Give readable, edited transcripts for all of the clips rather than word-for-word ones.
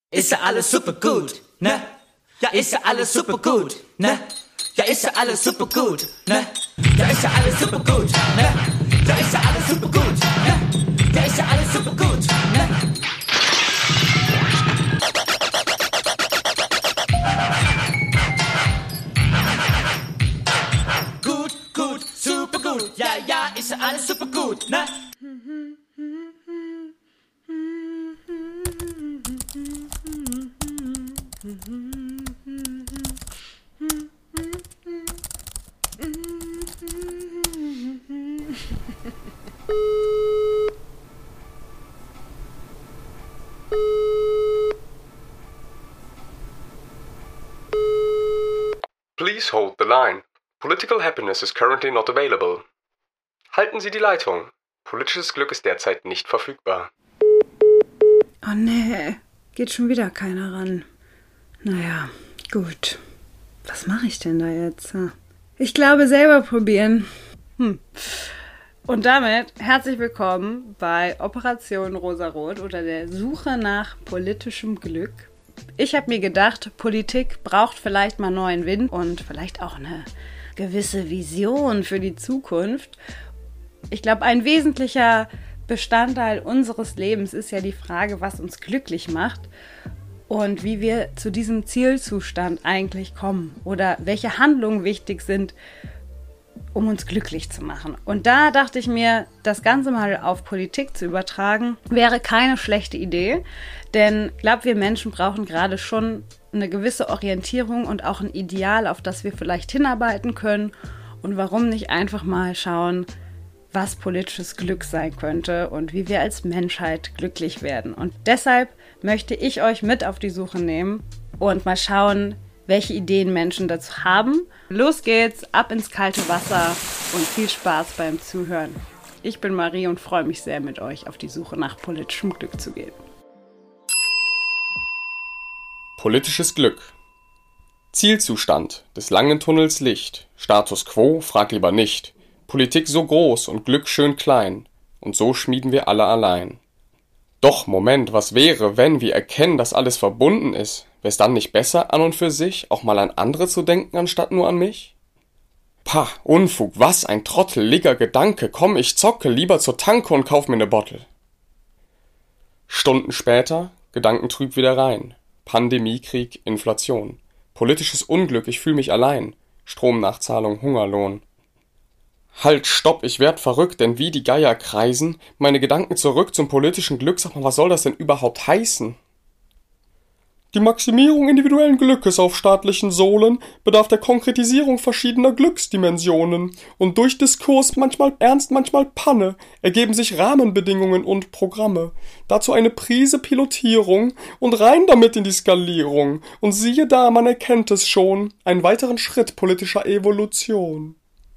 Ist ja alles super gut, ne? Ja, ist ja alles super gut, ne? Ja, ist ja alles super gut, ne? Ja, ist ja alles super gut, ne? Ja, ist ja alles super gut, ne? Ja, ist ja alles super gut, ne? Gut, gut, super gut, ja, ja, ist ja alles super gut, ne? Please hold the line. Political happiness is currently not available. Halten Sie die Leitung. Politisches Glück ist derzeit nicht verfügbar. Oh nee, geht schon wieder keiner ran. Naja, gut. Was mache ich denn da jetzt? Ich glaube, selber probieren. Und damit herzlich willkommen bei Operation Rosarot oder der Suche nach politischem Glück. Ich habe mir gedacht, Politik braucht vielleicht mal neuen Wind und vielleicht auch eine gewisse Vision für die Zukunft. Ich glaube, ein wesentlicher Bestandteil unseres Lebens ist ja die Frage, was uns glücklich macht und wie wir zu diesem Zielzustand eigentlich kommen oder welche Handlungen wichtig sind, um uns glücklich zu machen. Und da dachte ich mir, das Ganze mal auf Politik zu übertragen, wäre keine schlechte Idee, denn ich glaube, wir Menschen brauchen gerade schon eine gewisse Orientierung und auch ein Ideal, auf das wir vielleicht hinarbeiten können. Und warum nicht einfach mal schauen, was politisches Glück sein könnte und wie wir als Menschheit glücklich werden. Und deshalb möchte ich euch mit auf die Suche nehmen und mal schauen, welche Ideen Menschen dazu haben. Los geht's, ab ins kalte Wasser und viel Spaß beim Zuhören. Ich bin Marie und freue mich sehr, mit euch auf die Suche nach politischem Glück zu gehen. Politisches Glück. Zielzustand des langen Tunnels Licht. Status quo, frag lieber nicht. Politik so groß und Glück schön klein. Und so schmieden wir alle allein. Doch, Moment, was wäre, wenn wir erkennen, dass alles verbunden ist? Wär's dann nicht besser, an und für sich, auch mal an andere zu denken, anstatt nur an mich? Pah, Unfug, was ein trotteliger Gedanke, komm, ich zocke lieber zur Tanke und kauf mir ne Bottle. Stunden später, gedankentrüb wieder rein. Pandemie, Krieg, Inflation. Politisches Unglück, ich fühl mich allein. Stromnachzahlung, Hungerlohn. Halt, stopp, ich werd verrückt, denn wie die Geier kreisen, meine Gedanken zurück zum politischen Glück, sag mal, was soll das denn überhaupt heißen? Die Maximierung individuellen Glückes auf staatlichen Sohlen bedarf der Konkretisierung verschiedener Glücksdimensionen und durch Diskurs, manchmal ernst, manchmal Panne, ergeben sich Rahmenbedingungen und Programme. Dazu eine Prise Pilotierung und rein damit in die Skalierung und siehe da, man erkennt es schon, einen weiteren Schritt politischer Evolution.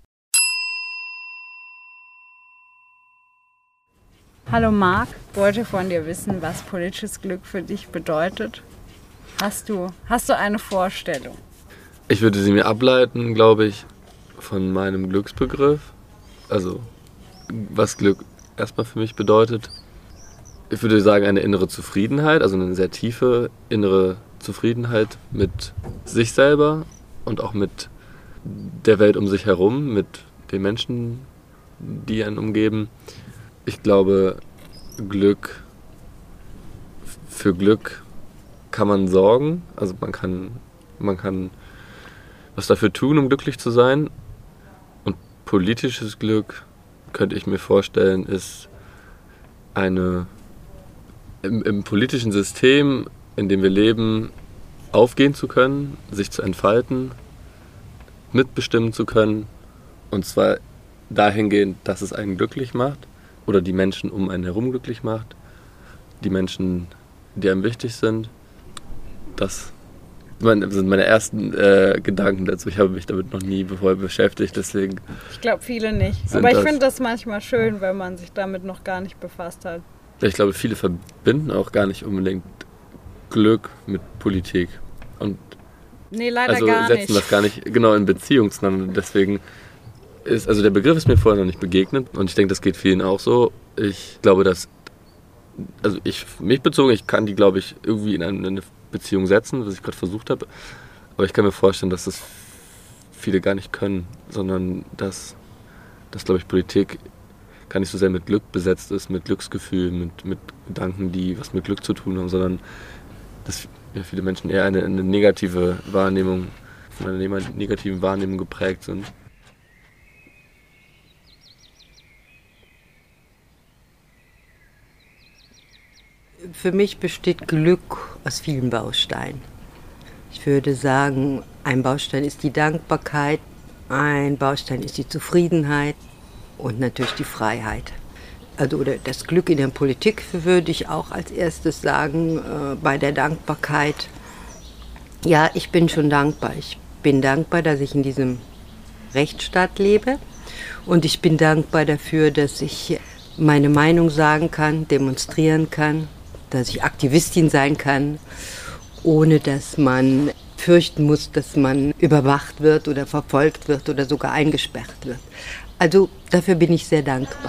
Hallo Marc, wollte von dir wissen, was politisches Glück für dich bedeutet. Hast du eine Vorstellung? Ich würde sie mir ableiten, glaube ich, von meinem Glücksbegriff. Also, was Glück erstmal für mich bedeutet. Ich würde sagen, eine innere Zufriedenheit, also eine sehr tiefe innere Zufriedenheit mit sich selber und auch mit der Welt um sich herum, mit den Menschen, die einen umgeben. Ich glaube, für Glück kann man sorgen, also man kann was dafür tun, um glücklich zu sein. Und politisches Glück, könnte ich mir vorstellen, ist im politischen System, in dem wir leben, aufgehen zu können, sich zu entfalten, mitbestimmen zu können. Und zwar dahingehend, dass es einen glücklich macht oder die Menschen um einen herum glücklich macht, die Menschen, die einem wichtig sind. Das sind meine ersten Gedanken dazu. Ich habe mich damit noch nie vorher beschäftigt, deswegen... Ich glaube, viele nicht. Aber ich finde das manchmal schön, wenn man sich damit noch gar nicht befasst hat. Ich glaube, viele verbinden auch gar nicht unbedingt Glück mit Politik. Und nee, leider gar nicht. Setzen das gar nicht genau in Beziehung zueinander. Deswegen der Begriff ist mir vorher noch nicht begegnet und ich denke, das geht vielen auch so. Ich glaube, dass also mich bezogen, ich kann die, glaube ich, irgendwie in eine Beziehung setzen, was ich gerade versucht habe. Aber ich kann mir vorstellen, dass das viele gar nicht können, sondern dass glaube ich, Politik gar nicht so sehr mit Glück besetzt ist, mit Glücksgefühl, mit Gedanken, die was mit Glück zu tun haben, sondern dass viele Menschen eher eine negative Wahrnehmung, von einer negativen Wahrnehmung geprägt sind. Für mich besteht Glück aus vielen Bausteinen. Ich würde sagen, ein Baustein ist die Dankbarkeit, ein Baustein ist die Zufriedenheit und natürlich die Freiheit. Also oder das Glück in der Politik würde ich auch als erstes sagen, bei der Dankbarkeit. Ja, ich bin schon dankbar. Ich bin dankbar, dass ich in diesem Rechtsstaat lebe und ich bin dankbar dafür, dass ich meine Meinung sagen kann, demonstrieren kann, dass ich Aktivistin sein kann, ohne dass man fürchten muss, dass man überwacht wird oder verfolgt wird oder sogar eingesperrt wird. Also dafür bin ich sehr dankbar.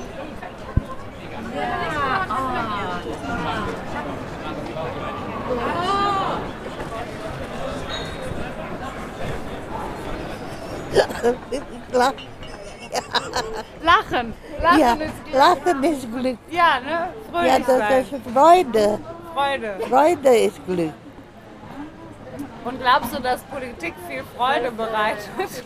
Lachen. Ja, Lachen ist Glück. Lachen ist Glück. Ja, ne? Fröhlich Ja, sein. das ist Freude. Freude. Freude ist Glück. Und glaubst du, dass Politik viel Freude bereitet?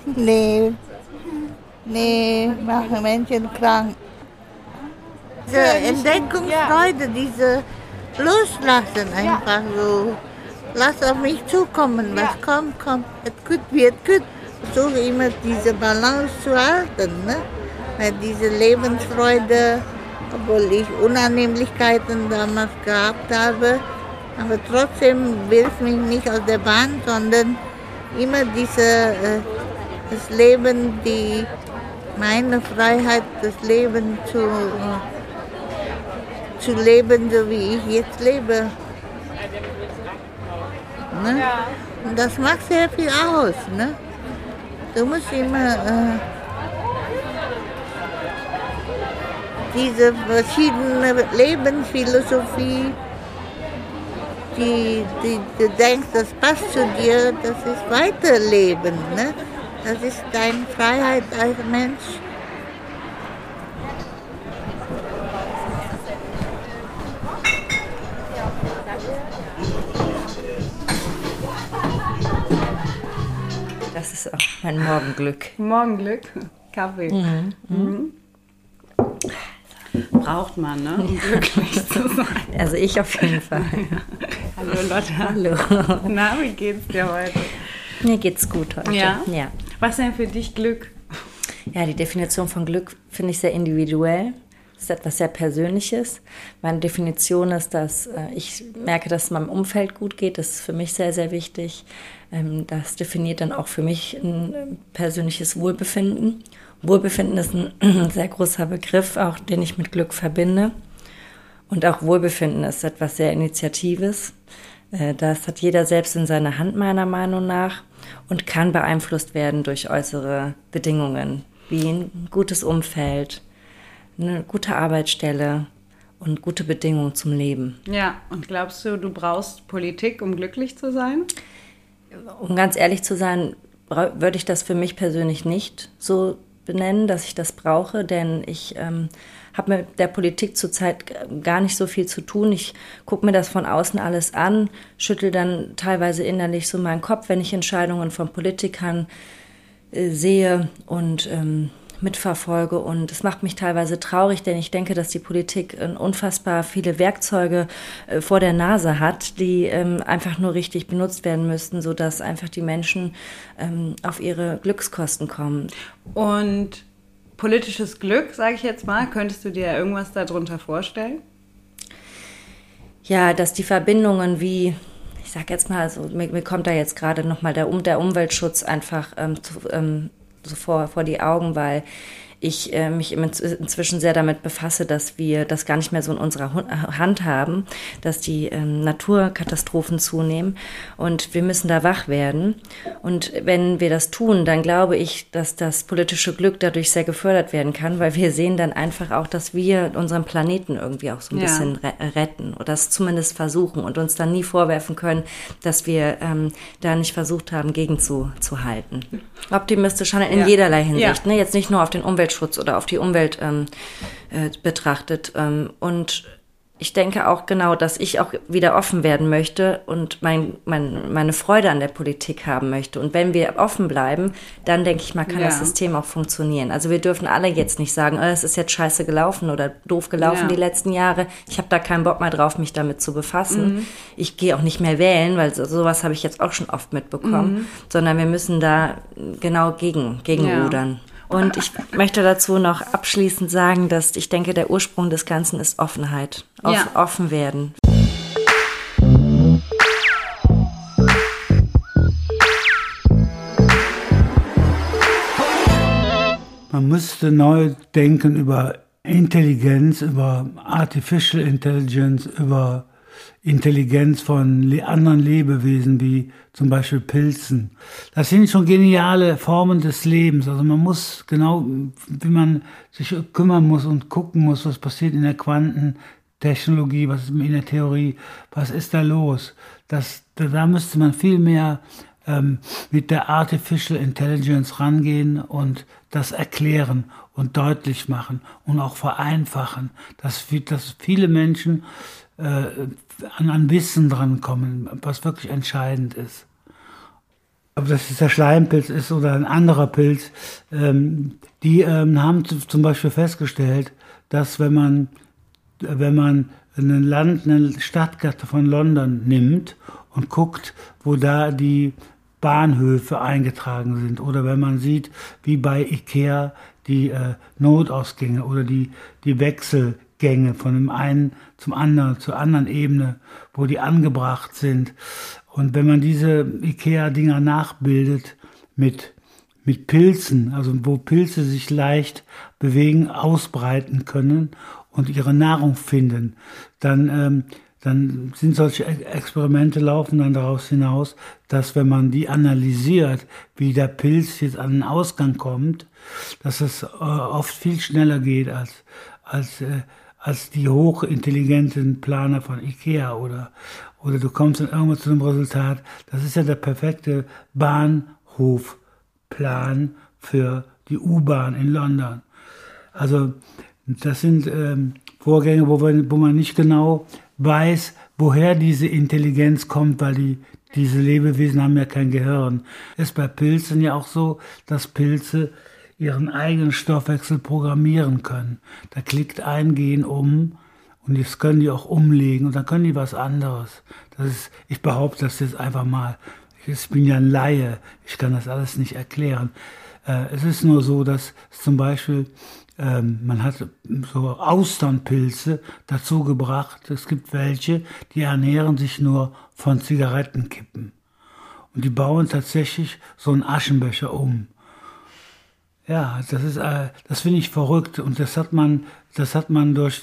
Nee, machen Menschen krank. Diese Entdeckungsfreude, diese Loslassen einfach so. Lass auf mich zukommen, was kommt, kommt. Es wird gut. Ich versuche immer diese Balance zu halten, ne? Weil diese Lebensfreude, obwohl ich Unannehmlichkeiten damals gehabt habe, aber trotzdem wirft mich nicht aus der Bahn, sondern immer das Leben, meine Freiheit, das Leben zu leben, so wie ich jetzt lebe. Ne? Ja. Und das macht sehr viel aus. Ne? Du musst immer diese verschiedene Lebensphilosophie, die du denkst, das passt zu dir, das ist Weiterleben. Ne? Das ist deine Freiheit als Mensch. Das ist auch mein Morgenglück. Morgenglück, Kaffee. Braucht man, ne, um glücklich zu sein. Also ich auf jeden Fall. Hallo Lotta. Hallo. Na, wie geht's dir heute? Mir geht's gut heute. Ja? Ja. Was ist denn für dich Glück? Ja, die Definition von Glück finde ich sehr individuell. Das ist etwas sehr Persönliches. Meine Definition ist, dass ich merke, dass es meinem Umfeld gut geht. Das ist für mich sehr, sehr wichtig. Das definiert dann auch für mich ein persönliches Wohlbefinden. Wohlbefinden ist ein sehr großer Begriff, auch den ich mit Glück verbinde. Und auch Wohlbefinden ist etwas sehr Initiatives. Das hat jeder selbst in seiner Hand, meiner Meinung nach, und kann beeinflusst werden durch äußere Bedingungen, wie ein gutes Umfeld, eine gute Arbeitsstelle und gute Bedingungen zum Leben. Ja, und glaubst du, du brauchst Politik, um glücklich zu sein? Um ganz ehrlich zu sein, würde ich das für mich persönlich nicht so benennen, dass ich das brauche, denn ich habe mit der Politik zurzeit gar nicht so viel zu tun. Ich gucke mir das von außen alles an, schüttel dann teilweise innerlich so meinen Kopf, wenn ich Entscheidungen von Politikern sehe und mitverfolge. Und es macht mich teilweise traurig, denn ich denke, dass die Politik unfassbar viele Werkzeuge vor der Nase hat, die einfach nur richtig benutzt werden müssten, sodass einfach die Menschen auf ihre Glückskosten kommen. Und politisches Glück, sage ich jetzt mal, könntest du dir irgendwas darunter vorstellen? Ja, dass die Verbindungen wie, ich sage jetzt mal, also mir kommt da jetzt gerade nochmal der Umweltschutz einfach so vor die Augen, weil ich mich inzwischen sehr damit befasse, dass wir das gar nicht mehr so in unserer Hand haben, dass die Naturkatastrophen zunehmen und wir müssen da wach werden. Und wenn wir das tun, dann glaube ich, dass das politische Glück dadurch sehr gefördert werden kann, weil wir sehen dann einfach auch, dass wir unseren Planeten irgendwie auch so ein bisschen retten oder das zumindest versuchen und uns dann nie vorwerfen können, dass wir da nicht versucht haben, gegenzuhalten. Optimistisch handeln in jederlei Hinsicht, ne? Jetzt nicht nur auf den Umweltschutz oder auf die Umwelt betrachtet. Und ich denke auch genau, dass ich auch wieder offen werden möchte und meine Freude an der Politik haben möchte. Und wenn wir offen bleiben, dann denke ich mal, kann das System auch funktionieren. Also wir dürfen alle jetzt nicht sagen, es ist jetzt scheiße gelaufen oder doof gelaufen die letzten Jahre. Ich habe da keinen Bock mehr drauf, mich damit zu befassen. Ich gehe auch nicht mehr wählen, weil sowas habe ich jetzt auch schon oft mitbekommen. Sondern wir müssen da genau gegenrudern. Und ich möchte dazu noch abschließend sagen, dass ich denke, der Ursprung des Ganzen ist Offenheit. Offen werden. Man müsste neu denken über Intelligenz, über Artificial Intelligence, über Intelligenz von anderen Lebewesen, wie zum Beispiel Pilzen. Das sind schon geniale Formen des Lebens. Also man muss genau, wie man sich kümmern muss und gucken muss, was passiert in der Quantentechnologie, was ist in der Theorie, was ist da los. Da müsste man viel mehr mit der Artificial Intelligence rangehen und das erklären und deutlich machen und auch vereinfachen, dass viele Menschen an Wissen drankommen, was wirklich entscheidend ist. Ob das jetzt der Schleimpilz ist oder ein anderer Pilz, die haben zum Beispiel festgestellt, dass wenn man eine Stadtkarte von London nimmt und guckt, wo da die Bahnhöfe eingetragen sind, oder wenn man sieht, wie bei Ikea die Notausgänge oder die Wechselgänge von dem einen zum anderen, zur anderen Ebene, wo die angebracht sind. Und wenn man diese Ikea-Dinger nachbildet mit Pilzen, also wo Pilze sich leicht bewegen, ausbreiten können und ihre Nahrung finden, dann sind solche Experimente laufen dann daraus hinaus, dass wenn man die analysiert, wie der Pilz jetzt an den Ausgang kommt, dass es oft viel schneller geht als die hochintelligenten Planer von Ikea oder du kommst dann irgendwann zu einem Resultat. Das ist ja der perfekte Bahnhofplan für die U-Bahn in London. Also das sind Vorgänge, wo man nicht genau weiß, woher diese Intelligenz kommt, weil diese Lebewesen haben ja kein Gehirn. Ist bei Pilzen ja auch so, dass Pilze ihren eigenen Stoffwechsel programmieren können. Da klickt ein Gen um und das können die auch umlegen und dann können die was anderes. Ich behaupte das jetzt einfach mal. Ich bin ja ein Laie, ich kann das alles nicht erklären. Es ist nur so, dass zum Beispiel man hat so Austernpilze dazu gebracht. Es gibt welche, die ernähren sich nur von Zigarettenkippen. Und die bauen tatsächlich so einen Aschenbecher um. Ja, das finde ich verrückt. Und das hat man durch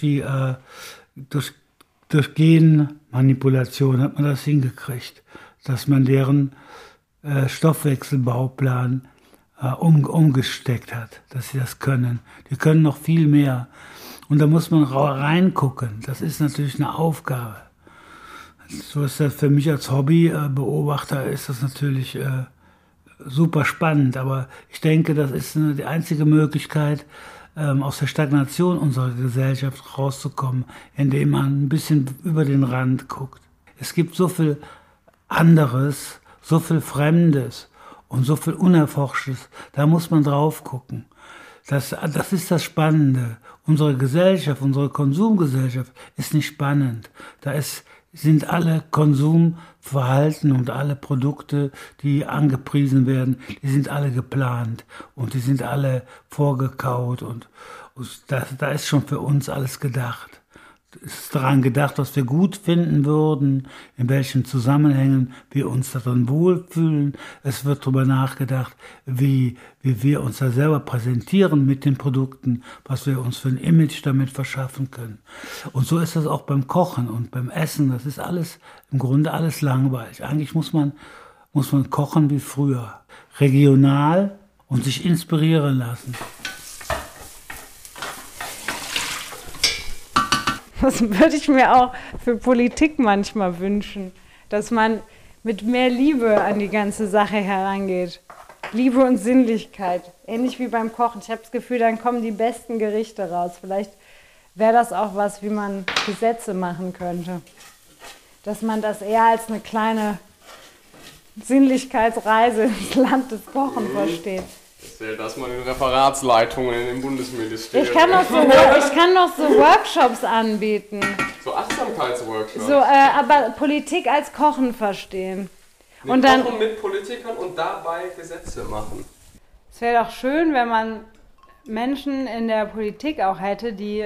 Genmanipulation hat man das hingekriegt, dass man deren Stoffwechselbauplan umgesteckt hat, dass sie das können. Die können noch viel mehr. Und da muss man reingucken. Das ist natürlich eine Aufgabe. So ist das für mich als Hobbybeobachter ist das natürlich super spannend. Aber ich denke, das ist die einzige Möglichkeit, aus der Stagnation unserer Gesellschaft rauszukommen, indem man ein bisschen über den Rand guckt. Es gibt so viel anderes, so viel Fremdes und so viel Unerforschtes, da muss man drauf gucken. Das ist das Spannende. Unsere Gesellschaft, unsere Konsumgesellschaft ist nicht spannend. Sind alle Konsumverhalten und alle Produkte, die angepriesen werden, die sind alle geplant und die sind alle vorgekaut und da ist schon für uns alles gedacht. ist daran gedacht, was wir gut finden würden, in welchen Zusammenhängen wir uns darin wohlfühlen. Es wird darüber nachgedacht, wie wir uns da selber präsentieren mit den Produkten, was wir uns für ein Image damit verschaffen können. Und so ist das auch beim Kochen und beim Essen. Das ist alles, im Grunde alles langweilig. Eigentlich muss man kochen wie früher. Regional und sich inspirieren lassen. Das würde ich mir auch für Politik manchmal wünschen, dass man mit mehr Liebe an die ganze Sache herangeht. Liebe und Sinnlichkeit, ähnlich wie beim Kochen. Ich habe das Gefühl, dann kommen die besten Gerichte raus. Vielleicht wäre das auch was, wie man Gesetze machen könnte. Dass man das eher als eine kleine Sinnlichkeitsreise ins Land des Kochen versteht. Erzähl das mal in Referatsleitungen in den Bundesministerien. Ich kann noch so Workshops anbieten. So Achtsamkeitsworkshops. So, aber Politik als Kochen verstehen. Und dann Kochen mit Politikern und dabei Gesetze machen. Es wäre doch schön, wenn man Menschen in der Politik auch hätte, die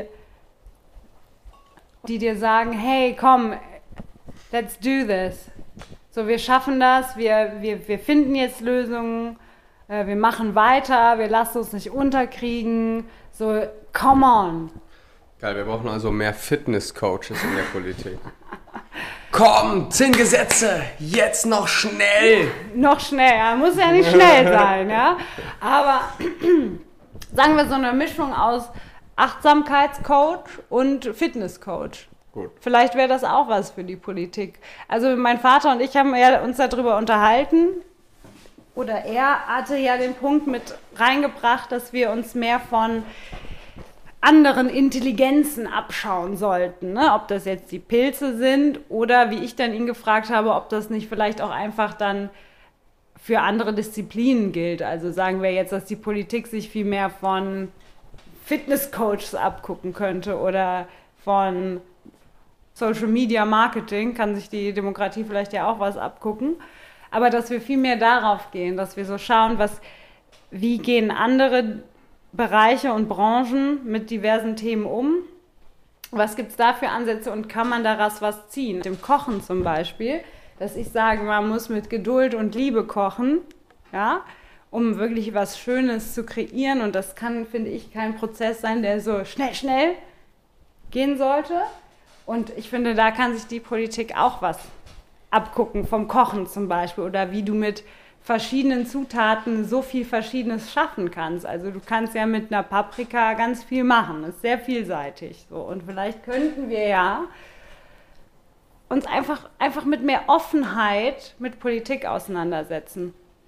dir sagen, hey, komm, let's do this. So, wir schaffen das, wir finden jetzt Lösungen. Wir machen weiter, wir lassen uns nicht unterkriegen. So, come on. Geil, wir brauchen also mehr Fitness-Coaches in der Politik. Komm, 10 Gesetze, jetzt noch schnell. Noch schnell, ja, muss ja nicht schnell sein, ja. Aber sagen wir so eine Mischung aus Achtsamkeitscoach und Fitnesscoach. Gut. Vielleicht wäre das auch was für die Politik. Also mein Vater und ich haben ja uns darüber unterhalten. Oder er hatte ja den Punkt mit reingebracht, dass wir uns mehr von anderen Intelligenzen abschauen sollten. Ne? Ob das jetzt die Pilze sind oder, wie ich dann ihn gefragt habe, ob das nicht vielleicht auch einfach dann für andere Disziplinen gilt. Also sagen wir jetzt, dass die Politik sich viel mehr von Fitnesscoaches abgucken könnte oder von Social Media Marketing, kann sich die Demokratie vielleicht ja auch was abgucken. Aber dass wir viel mehr darauf gehen, dass wir so schauen, wie gehen andere Bereiche und Branchen mit diversen Themen um? Was gibt es da für Ansätze und kann man daraus was ziehen? Dem Kochen zum Beispiel, dass ich sage, man muss mit Geduld und Liebe kochen, ja, um wirklich was Schönes zu kreieren. Und das kann, finde ich, kein Prozess sein, der so schnell gehen sollte. Und ich finde, da kann sich die Politik auch was abgucken, vom Kochen zum Beispiel, oder wie du mit verschiedenen Zutaten so viel Verschiedenes schaffen kannst. Also du kannst ja mit einer Paprika ganz viel machen, das ist sehr vielseitig. So. Und vielleicht könnten wir ja uns einfach mit mehr Offenheit mit Politik auseinandersetzen.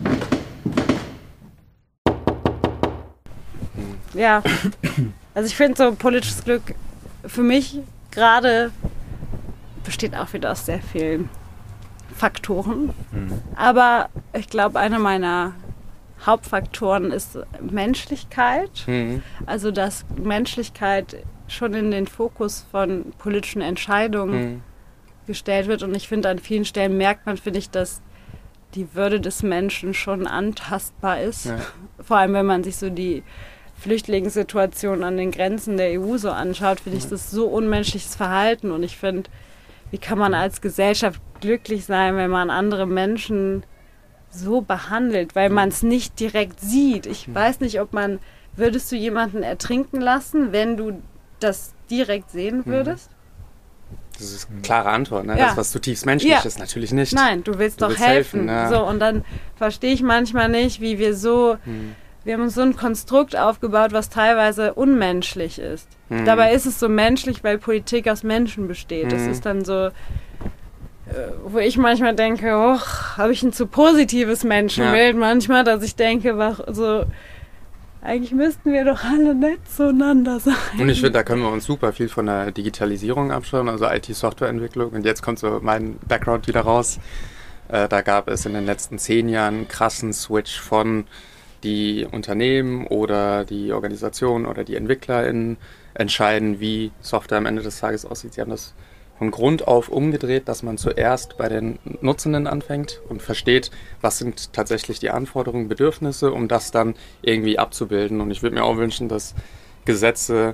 Ja, also ich finde so politisches Glück für mich gerade besteht auch wieder aus sehr vielen Faktoren. Aber ich glaube, einer meiner Hauptfaktoren ist Menschlichkeit. Also, dass Menschlichkeit schon in den Fokus von politischen Entscheidungen gestellt wird. Und ich finde, an vielen Stellen merkt man, finde ich, dass die Würde des Menschen schon antastbar ist. Ja. Vor allem, wenn man sich so die Flüchtlingssituation an den Grenzen der EU so anschaut, finde ich das so unmenschliches Verhalten. Und ich finde, wie kann man als Gesellschaft glücklich sein, wenn man andere Menschen so behandelt, weil man es nicht direkt sieht. Ich weiß nicht, würdest du jemanden ertrinken lassen, wenn du das direkt sehen würdest? Das ist eine klare Antwort, ne? Ja. Das, was zutiefst menschlich ist, natürlich nicht. Nein, du willst doch helfen. Ja. So, und dann verstehe ich manchmal nicht, wie wir haben uns so ein Konstrukt aufgebaut, was teilweise unmenschlich ist. Dabei ist es so menschlich, weil Politik aus Menschen besteht. Das ist dann so, wo ich manchmal denke, habe ich ein zu positives Menschenbild manchmal, dass ich denke, eigentlich müssten wir doch alle nett zueinander sein. Und ich finde, da können wir uns super viel von der Digitalisierung abschauen, also IT-Softwareentwicklung. Und jetzt kommt so mein Background wieder raus. Da gab es in den letzten 10 Jahren einen krassen Switch von die Unternehmen oder die Organisationen oder die EntwicklerInnen entscheiden, wie Software am Ende des Tages aussieht. Sie haben das von Grund auf umgedreht, dass man zuerst bei den Nutzenden anfängt und versteht, was sind tatsächlich die Anforderungen, Bedürfnisse, um das dann irgendwie abzubilden. Und ich würde mir auch wünschen, dass Gesetze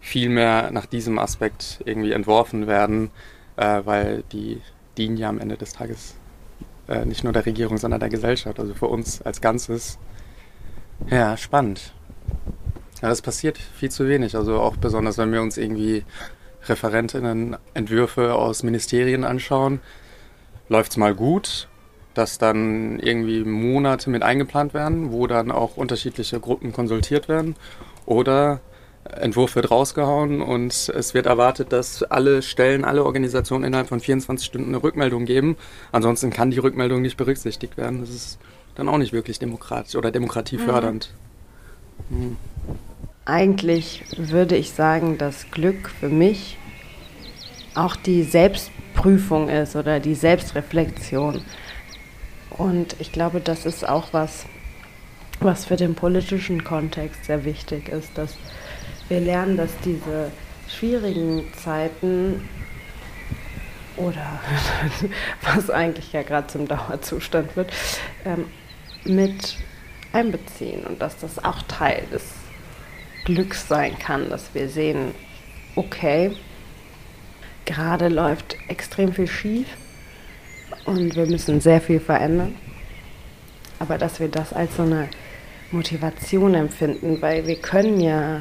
viel mehr nach diesem Aspekt irgendwie entworfen werden, weil die dienen ja am Ende des Tages nicht nur der Regierung, sondern der Gesellschaft, also für uns als Ganzes. Ja, spannend. Ja, das passiert viel zu wenig, also auch besonders, wenn wir uns irgendwie Referentinnen-Entwürfe aus Ministerien anschauen, läuft es mal gut, dass dann irgendwie Monate mit eingeplant werden, wo dann auch unterschiedliche Gruppen konsultiert werden, oder Entwurf wird rausgehauen und es wird erwartet, dass alle Stellen, alle Organisationen innerhalb von 24 Stunden eine Rückmeldung geben. Ansonsten kann die Rückmeldung nicht berücksichtigt werden. Das ist dann auch nicht wirklich demokratisch oder demokratiefördernd. Mhm. Eigentlich würde ich sagen, dass Glück für mich auch die Selbstprüfung ist oder die Selbstreflexion. Und ich glaube, das ist auch was für den politischen Kontext sehr wichtig ist, dass wir lernen, dass diese schwierigen Zeiten oder was eigentlich ja gerade zum Dauerzustand wird, mit einbeziehen und dass das auch Teil des Glücks sein kann, dass wir sehen, okay, gerade läuft extrem viel schief und wir müssen sehr viel verändern, aber dass wir das als so eine Motivation empfinden, weil wir können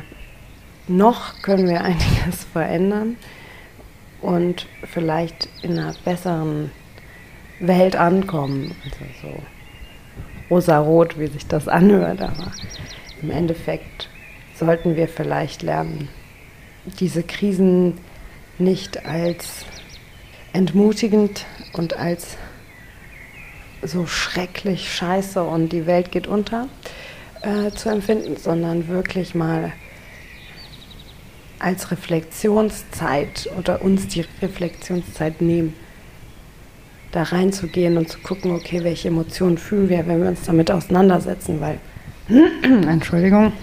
wir einiges verändern und vielleicht in einer besseren Welt ankommen. Also so rosarot, wie sich das anhört, aber im Endeffekt sollten wir vielleicht lernen, diese Krisen nicht als entmutigend und als so schrecklich scheiße und die Welt geht unter zu empfinden, sondern wirklich mal als Reflexionszeit oder uns die Reflexionszeit nehmen, da reinzugehen und zu gucken, okay, welche Emotionen fühlen wir, wenn wir uns damit auseinandersetzen, weil, Entschuldigung,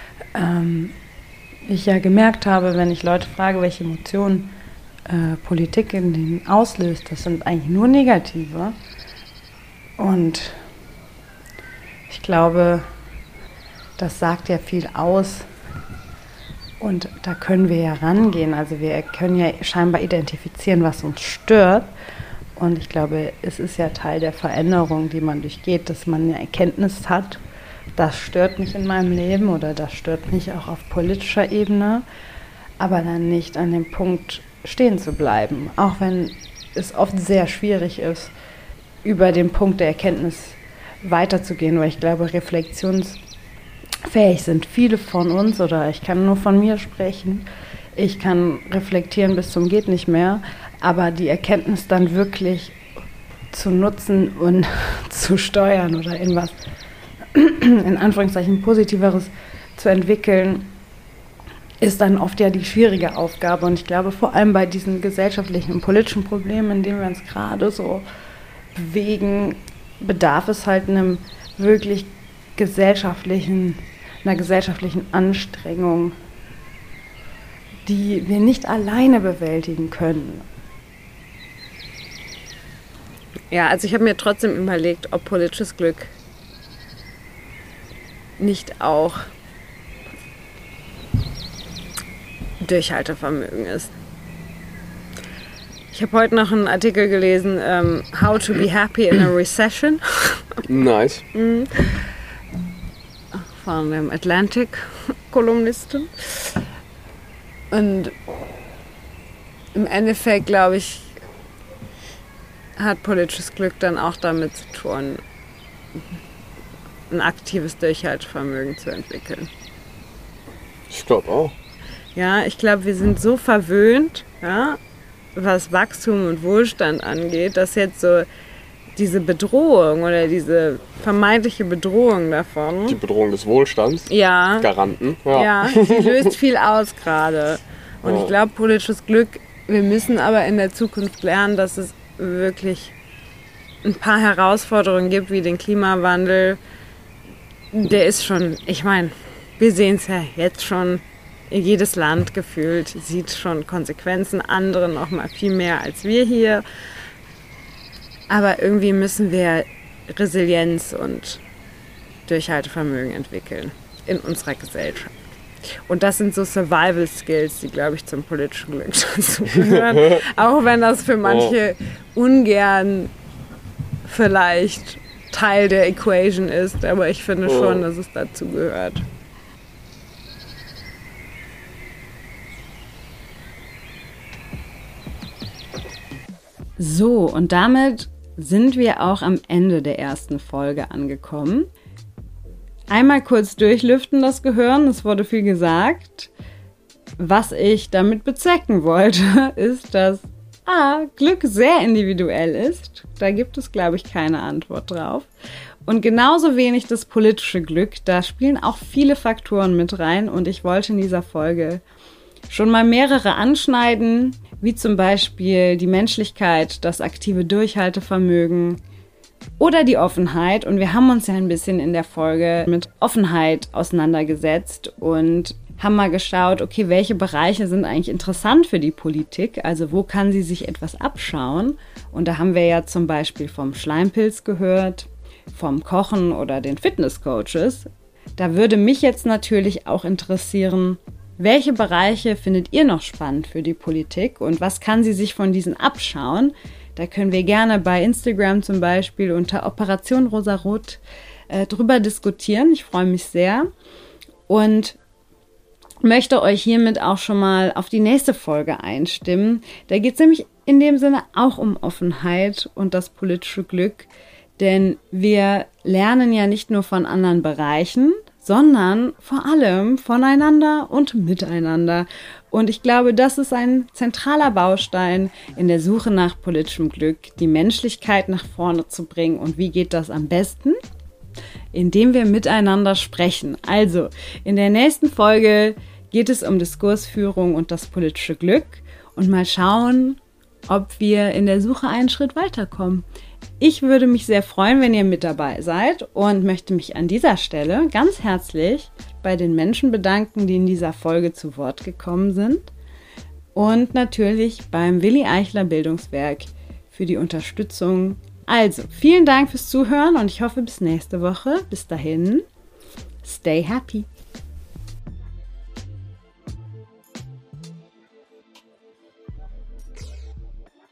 ich ja gemerkt habe, wenn ich Leute frage, welche Emotionen Politik in denen auslöst, das sind eigentlich nur negative. Und ich glaube, das sagt ja viel aus. Und da können wir ja rangehen. Also wir können ja scheinbar identifizieren, was uns stört. Und ich glaube, es ist ja Teil der Veränderung, die man durchgeht, dass man eine Erkenntnis hat, das stört mich in meinem Leben oder das stört mich auch auf politischer Ebene, aber dann nicht an dem Punkt stehen zu bleiben. Auch wenn es oft sehr schwierig ist, über den Punkt der Erkenntnis weiterzugehen, weil ich glaube, reflexionsfähig sind viele von uns, oder ich kann nur von mir sprechen. Ich kann reflektieren bis zum geht nicht mehr, aber die Erkenntnis dann wirklich zu nutzen und zu steuern oder in was, in Anführungszeichen, Positiveres zu entwickeln, ist dann oft ja die schwierige Aufgabe. Und ich glaube, vor allem bei diesen gesellschaftlichen und politischen Problemen, in denen wir uns gerade so bewegen, bedarf es halt einer wirklich gesellschaftlichen Anstrengung, die wir nicht alleine bewältigen können. Ja, also ich habe mir trotzdem überlegt, ob politisches Glück nicht auch Durchhaltevermögen ist. Ich habe heute noch einen Artikel gelesen, How to be happy in a recession. Nice. Von dem Atlantic-Kolumnisten. Und im Endeffekt, glaube ich, hat politisches Glück dann auch damit zu tun, ein aktives Durchhaltevermögen zu entwickeln. Ich glaube auch. Ja, ich glaube, wir sind so verwöhnt, ja, was Wachstum und Wohlstand angeht, dass jetzt so diese Bedrohung oder diese vermeintliche Bedrohung davon... Die Bedrohung des Wohlstands? Ja. Garanten? Ja, die löst viel aus gerade. Und ich glaube, politisches Glück, wir müssen aber in der Zukunft lernen, dass es wirklich ein paar Herausforderungen gibt, wie den Klimawandel. Der ist schon, ich meine, wir sehen es ja jetzt schon, jedes Land gefühlt sieht schon Konsequenzen, andere noch mal viel mehr als wir hier. Aber irgendwie müssen wir Resilienz und Durchhaltevermögen entwickeln in unserer Gesellschaft. Und das sind so Survival-Skills, die, glaube ich, zum politischen Glück dazu gehören. Auch wenn das für manche ungern vielleicht Teil der Equation ist. Aber ich finde schon, dass es dazu gehört. So, und damit sind wir auch am Ende der ersten Folge angekommen. Einmal kurz durchlüften das Gehirn, es wurde viel gesagt. Was ich damit bezwecken wollte, ist, dass Glück sehr individuell ist. Da gibt es, glaube ich, keine Antwort drauf. Und genauso wenig das politische Glück, da spielen auch viele Faktoren mit rein. Und ich wollte in dieser Folge schon mal mehrere anschneiden, wie zum Beispiel die Menschlichkeit, das aktive Durchhaltevermögen oder die Offenheit. Und wir haben uns ja ein bisschen in der Folge mit Offenheit auseinandergesetzt und haben mal geschaut, okay, welche Bereiche sind eigentlich interessant für die Politik? Also wo kann sie sich etwas abschauen? Und da haben wir ja zum Beispiel vom Schleimpilz gehört, vom Kochen oder den Fitnesscoaches. Da würde mich jetzt natürlich auch interessieren, welche Bereiche findet ihr noch spannend für die Politik und was kann sie sich von diesen abschauen? Da können wir gerne bei Instagram zum Beispiel unter Operation Rosarot drüber diskutieren. Ich freue mich sehr und möchte euch hiermit auch schon mal auf die nächste Folge einstimmen. Da geht es nämlich in dem Sinne auch um Offenheit und das politische Glück, denn wir lernen ja nicht nur von anderen Bereichen, sondern vor allem voneinander und miteinander. Und ich glaube, das ist ein zentraler Baustein in der Suche nach politischem Glück, die Menschlichkeit nach vorne zu bringen. Und wie geht das am besten? Indem wir miteinander sprechen. Also, in der nächsten Folge geht es um Diskursführung und das politische Glück und mal schauen, ob wir in der Suche einen Schritt weiterkommen. Ich würde mich sehr freuen, wenn ihr mit dabei seid und möchte mich an dieser Stelle ganz herzlich bei den Menschen bedanken, die in dieser Folge zu Wort gekommen sind und natürlich beim Willi Eichler Bildungswerk für die Unterstützung. Also, vielen Dank fürs Zuhören und ich hoffe bis nächste Woche. Bis dahin, stay happy.